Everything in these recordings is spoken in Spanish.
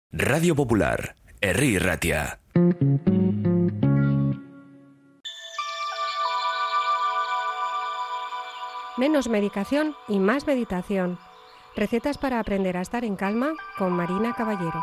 Radio Popular, Herri Ratia. Menos medicación y más meditación. Recetas para aprender a estar en calma con Marina Caballero.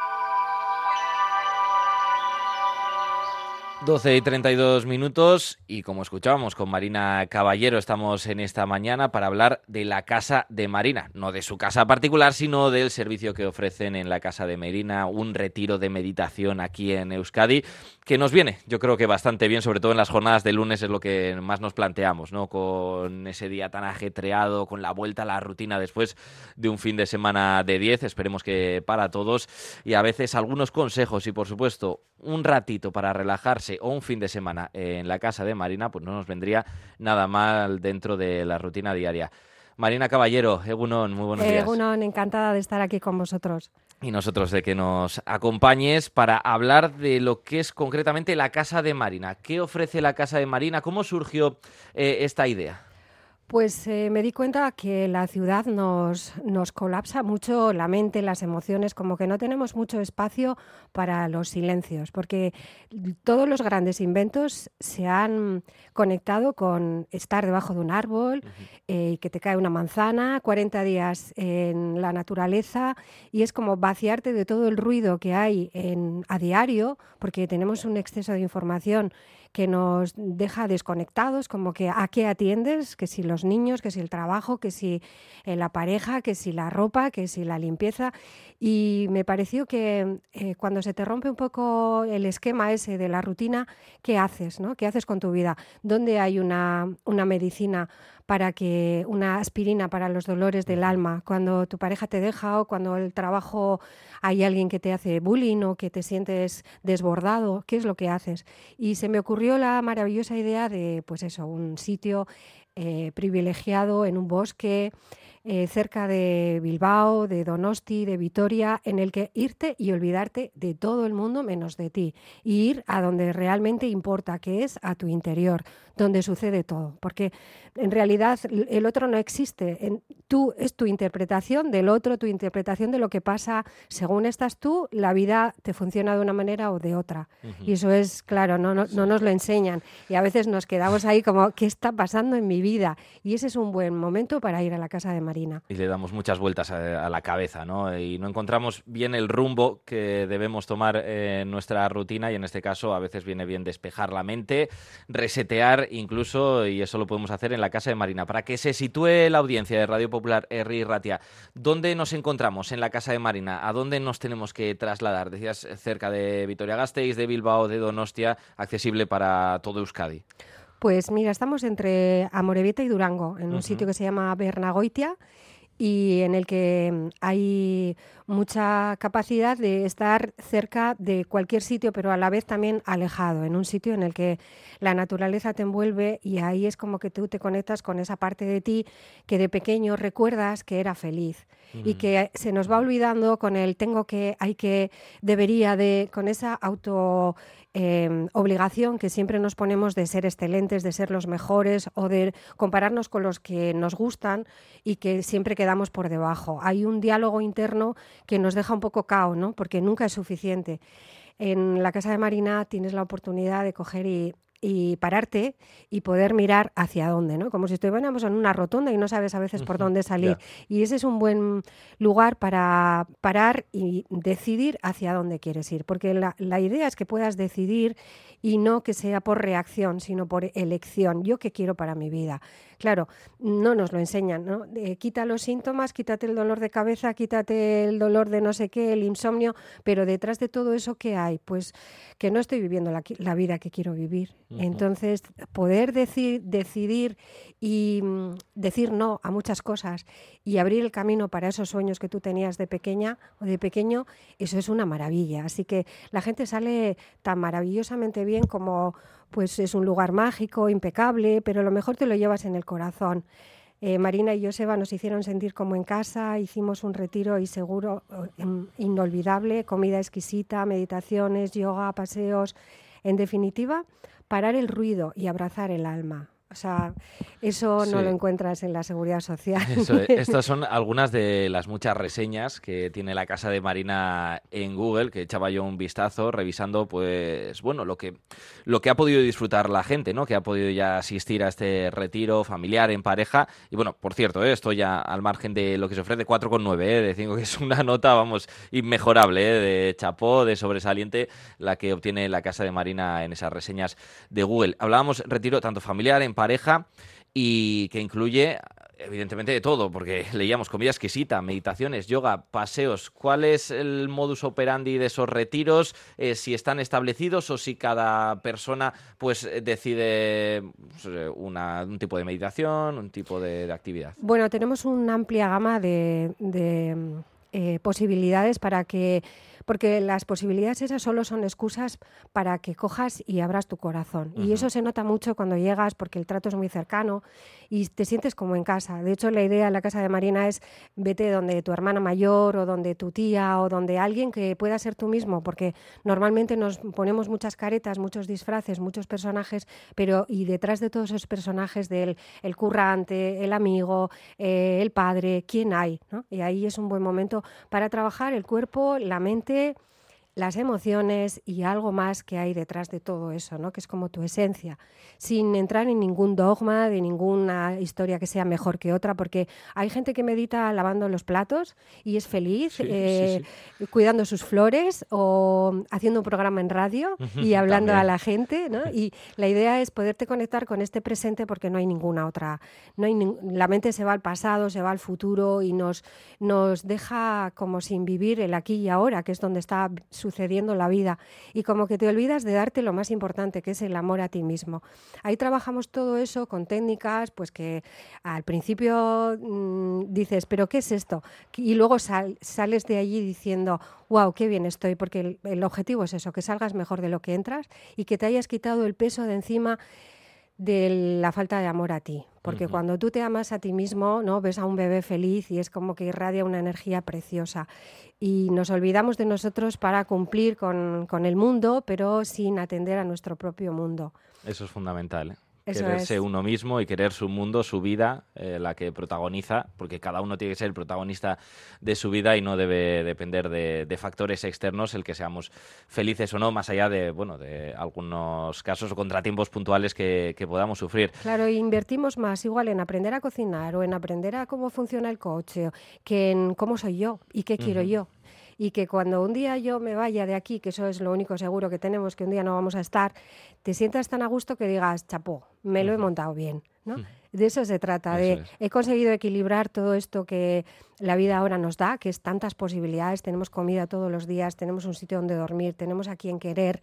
12:32 y como escuchábamos con Marina Caballero, estamos en esta mañana para hablar de la Casa de Marina, no de su casa particular, sino del servicio que ofrecen en la Casa de Marina, un retiro de meditación aquí en Euskadi, que nos viene, yo creo que bastante bien, sobre todo en las jornadas de lunes es lo que más nos planteamos, ¿no? Con ese día tan ajetreado, con la vuelta a la rutina después de un fin de semana de 10, esperemos que para todos, y a veces algunos consejos y por supuesto un ratito para relajarse o un fin de semana en la Casa de Marina, pues no nos vendría nada mal dentro de la rutina diaria. Marina Caballero, Egunon, muy buenos días. Egunon, encantada de estar aquí con vosotros. Y nosotros de que nos acompañes para hablar de lo que es concretamente la Casa de Marina. ¿Qué ofrece la Casa de Marina? ¿Cómo surgió esta idea? Pues me di cuenta que la ciudad nos colapsa mucho la mente, las emociones, como que no tenemos mucho espacio para los silencios, porque todos los grandes inventos se han conectado con estar debajo de un árbol, que te cae una manzana, 40 días en la naturaleza, y es como vaciarte de todo el ruido que hay a diario, porque tenemos un exceso de información que nos deja desconectados, como que a qué atiendes, que si los niños, que si el trabajo, que si la pareja, que si la ropa, que si la limpieza. Y me pareció que cuando se te rompe un poco el esquema ese de la rutina, ¿qué haces, ¿no? ¿Qué haces con tu vida? ¿Dónde hay una medicina una aspirina para los dolores del alma, cuando tu pareja te deja o cuando el trabajo hay alguien que te hace bullying o que te sientes desbordado? ¿Qué es lo que haces? Y se me ocurrió la maravillosa idea de, pues eso, un sitio privilegiado en un bosque, cerca de Bilbao, de Donosti, de Vitoria, en el que irte y olvidarte de todo el mundo menos de ti, y ir a donde realmente importa, que es a tu interior, donde sucede todo, porque en realidad el otro no existe. Tú es tu interpretación del otro, tu interpretación de lo que pasa. Según estás tú, la vida te funciona de una manera o de otra. Y eso es, claro, no nos lo enseñan. Y a veces nos quedamos ahí como, ¿qué está pasando en mi vida? Y ese es un buen momento para ir a la Casa de Marina. Y le damos muchas vueltas a la cabeza, ¿no? Y no encontramos bien el rumbo que debemos tomar en nuestra rutina, y en este caso a veces viene bien despejar la mente, resetear incluso, y eso lo podemos hacer en la Casa de Marina. Para que se sitúe la audiencia de Radio Popular Herri Ratia, ¿dónde nos encontramos en la Casa de Marina? ¿A dónde nos tenemos que trasladar? Decías cerca de Vitoria-Gasteiz, de Bilbao, de Donostia, accesible para todo Euskadi. Pues mira, estamos entre Amorebieta y Durango, en un sitio que se llama Bernagoitia, y en el que hay mucha capacidad de estar cerca de cualquier sitio, pero a la vez también alejado, en un sitio en el que la naturaleza te envuelve, y ahí es como que tú te conectas con esa parte de ti que de pequeño recuerdas que era feliz y que se nos va olvidando con el tengo que, hay que, debería de, con esa obligación que siempre nos ponemos de ser excelentes, de ser los mejores o de compararnos con los que nos gustan y que siempre quedamos por debajo. Hay un diálogo interno que nos deja un poco cao, ¿no? Porque nunca es suficiente. En la Casa de Marina tienes la oportunidad de coger y pararte y poder mirar hacia dónde, ¿no? Como si estuviéramos en una rotonda y no sabes a veces por dónde salir. Y ese es un buen lugar para parar y decidir hacia dónde quieres ir, porque la idea es que puedas decidir y no que sea por reacción, sino por elección. ¿Yo qué quiero para mi vida? Claro, no nos lo enseñan, ¿no? Quita los síntomas, quítate el dolor de cabeza, quítate el dolor de no sé qué, el insomnio, pero detrás de todo eso, ¿qué hay? Pues que no estoy viviendo la vida que quiero vivir. Entonces, poder decidir y decir no a muchas cosas y abrir el camino para esos sueños que tú tenías de pequeña o de pequeño, eso es una maravilla. Así que la gente sale tan maravillosamente bien, como pues es un lugar mágico, impecable, pero lo mejor te lo llevas en el corazón. Marina y Joseba nos hicieron sentir como en casa, hicimos un retiro y seguro inolvidable, comida exquisita, meditaciones, yoga, paseos, en definitiva, parar el ruido y abrazar el alma. O sea, eso no lo encuentras en la Seguridad Social. Estas son algunas de las muchas reseñas que tiene la casa de Marina en Google, que echaba yo un vistazo revisando, pues bueno, lo que ha podido disfrutar la gente, ¿no? Que ha podido ya asistir a este retiro familiar en pareja. Y bueno, por cierto, esto ya al margen de lo que se ofrece, 4,9 de 5, que es una nota, vamos, inmejorable, de chapó, de sobresaliente, la que obtiene la casa de Marina en esas reseñas de Google. Hablábamos retiro tanto familiar, en pareja, y que incluye evidentemente de todo, porque leíamos comida exquisita, meditaciones, yoga, paseos. ¿Cuál es el modus operandi de esos retiros? Si están establecidos o si cada persona pues decide un tipo de meditación, un tipo de actividad. Bueno, tenemos una amplia gama de posibilidades porque las posibilidades esas solo son excusas para que cojas y abras tu corazón. Y eso se nota mucho cuando llegas porque el trato es muy cercano y te sientes como en casa. De hecho, la idea en la casa de Marina es vete donde tu hermana mayor o donde tu tía o donde alguien que pueda ser tú mismo, porque normalmente nos ponemos muchas caretas, muchos disfraces, muchos personajes, y detrás de todos esos personajes del el currante, el amigo, el padre, ¿quién hay? ¿No? Y ahí es un buen momento para trabajar el cuerpo, la mente, las emociones y algo más que hay detrás de todo eso, ¿no? Que es como tu esencia, sin entrar en ningún dogma, de ninguna historia que sea mejor que otra, porque hay gente que medita lavando los platos y es feliz, cuidando sus flores o haciendo un programa en radio y hablando a la gente, ¿no? Y la idea es poderte conectar con este presente porque no hay ninguna otra, la mente se va al pasado, se va al futuro y nos deja como sin vivir el aquí y ahora, que es donde está sucediendo la vida, y como que te olvidas de darte lo más importante, que es el amor a ti mismo. Ahí trabajamos todo eso con técnicas, pues que al principio dices, ¿pero qué es esto? Y luego sales de allí diciendo, wow, qué bien estoy, porque el objetivo es eso, que salgas mejor de lo que entras y que te hayas quitado el peso de encima de la falta de amor a ti, porque cuando tú te amas a ti mismo, ¿no? Ves a un bebé feliz y es como que irradia una energía preciosa y nos olvidamos de nosotros para cumplir con el mundo, pero sin atender a nuestro propio mundo. Eso es fundamental, ¿eh? Eso Quererse es. uno mismo y querer su mundo, su vida, la que protagoniza, porque cada uno tiene que ser el protagonista de su vida y no debe depender de factores externos el que seamos felices o no, más allá de algunos casos o contratiempos puntuales que podamos sufrir. Claro, invertimos más igual en aprender a cocinar o en aprender a cómo funciona el coche que en cómo soy yo y qué quiero yo. Y que cuando un día yo me vaya de aquí, que eso es lo único seguro que tenemos, que un día no vamos a estar, te sientas tan a gusto que digas, chapó, me lo he montado bien, ¿no? De eso se trata, he conseguido equilibrar todo esto que la vida ahora nos da, que es tantas posibilidades, tenemos comida todos los días, tenemos un sitio donde dormir, tenemos a quien querer,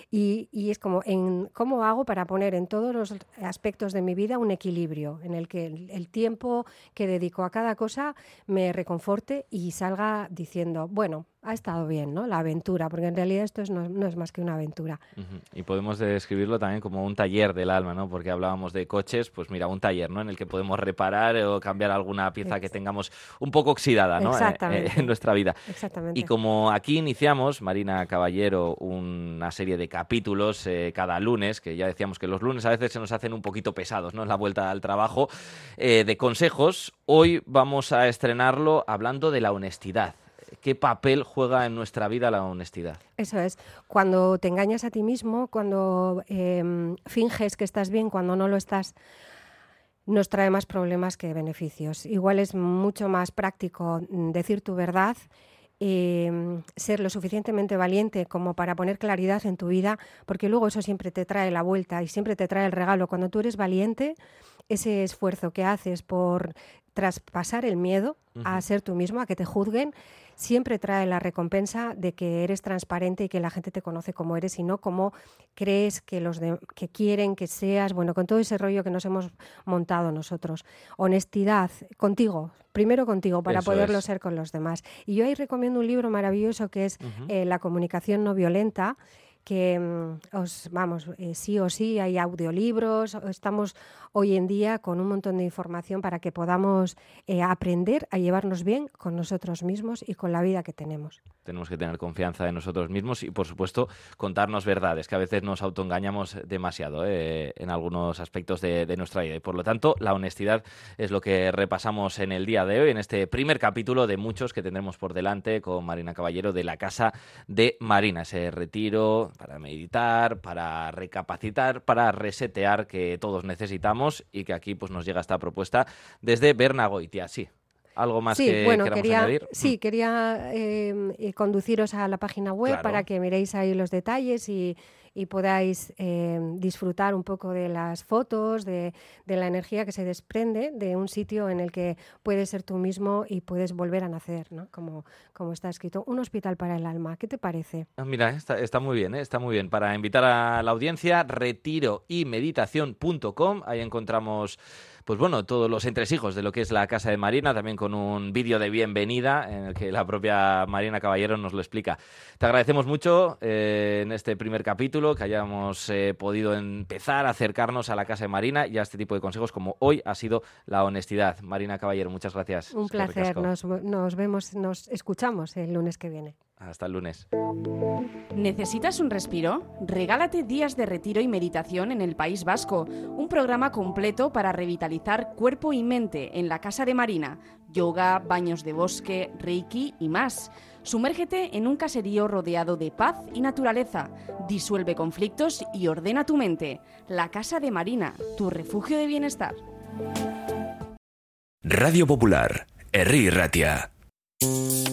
y es como, ¿cómo hago para poner en todos los aspectos de mi vida un equilibrio en el que el tiempo que dedico a cada cosa me reconforte y salga diciendo, bueno, ha estado bien, ¿no? La aventura, porque en realidad esto no es más que una aventura. Y podemos describirlo también como un taller del alma, ¿no? Porque hablábamos de coches, pues mira, un taller, ¿no? En el que podemos reparar o cambiar alguna pieza que tengamos un poco oxidada, ¿no? En nuestra vida. Exactamente. Y como aquí iniciamos, Marina Caballero, una serie de capítulos cada lunes, que ya decíamos que los lunes a veces se nos hacen un poquito pesados, ¿no? En la vuelta al trabajo, de consejos, hoy vamos a estrenarlo hablando de la honestidad. ¿Qué papel juega en nuestra vida la honestidad? Eso es. Cuando te engañas a ti mismo, cuando finges que estás bien, cuando no lo estás, nos trae más problemas que beneficios. Igual es mucho más práctico decir tu verdad, ser lo suficientemente valiente como para poner claridad en tu vida, porque luego eso siempre te trae la vuelta y siempre te trae el regalo. Cuando tú eres valiente, ese esfuerzo que haces por traspasar el miedo a ser tú mismo, a que te juzguen, siempre trae la recompensa de que eres transparente y que la gente te conoce como eres y no como crees que que quieren que seas, bueno, con todo ese rollo que nos hemos montado nosotros. Honestidad contigo, primero contigo, para poderlo ser con los demás. Y yo ahí recomiendo un libro maravilloso que es La comunicación no violenta, que sí o sí hay audiolibros, estamos hoy en día con un montón de información para que podamos aprender a llevarnos bien con nosotros mismos y con la vida que tenemos. Tenemos que tener confianza en nosotros mismos y, por supuesto, contarnos verdades, que a veces nos autoengañamos demasiado en algunos aspectos de nuestra vida. Y, por lo tanto, la honestidad es lo que repasamos en el día de hoy, en este primer capítulo de muchos que tendremos por delante con Marina Caballero de la Casa de Marina. Ese retiro para meditar, para recapacitar, para resetear que todos necesitamos y que aquí pues nos llega esta propuesta desde Bernagoitia. Sí. ¿Algo más que queramos añadir? Sí, quería conduciros a la página web para que miréis ahí los detalles y podáis disfrutar un poco de las fotos, de la energía que se desprende de un sitio en el que puedes ser tú mismo y puedes volver a nacer, ¿no? Como está escrito, un hospital para el alma. ¿Qué te parece? Mira, está muy bien, está muy bien. Para invitar a la audiencia, retiroymeditación.com, ahí encontramos pues bueno, todos los entresijos de lo que es la Casa de Marina, también con un vídeo de bienvenida en el que la propia Marina Caballero nos lo explica. Te agradecemos mucho en este primer capítulo que hayamos podido empezar a acercarnos a la Casa de Marina y a este tipo de consejos como hoy ha sido la honestidad. Marina Caballero, muchas gracias. Un placer, nos vemos, nos escuchamos el lunes que viene. Hasta el lunes. ¿Necesitas un respiro? Regálate días de retiro y meditación en el País Vasco, un programa completo para revitalizar cuerpo y mente en la Casa de Marina, yoga, baños de bosque, reiki y más. Sumérgete en un caserío rodeado de paz y naturaleza, disuelve conflictos y ordena tu mente. La Casa de Marina, tu refugio de bienestar. Radio Popular, Herri Ratia.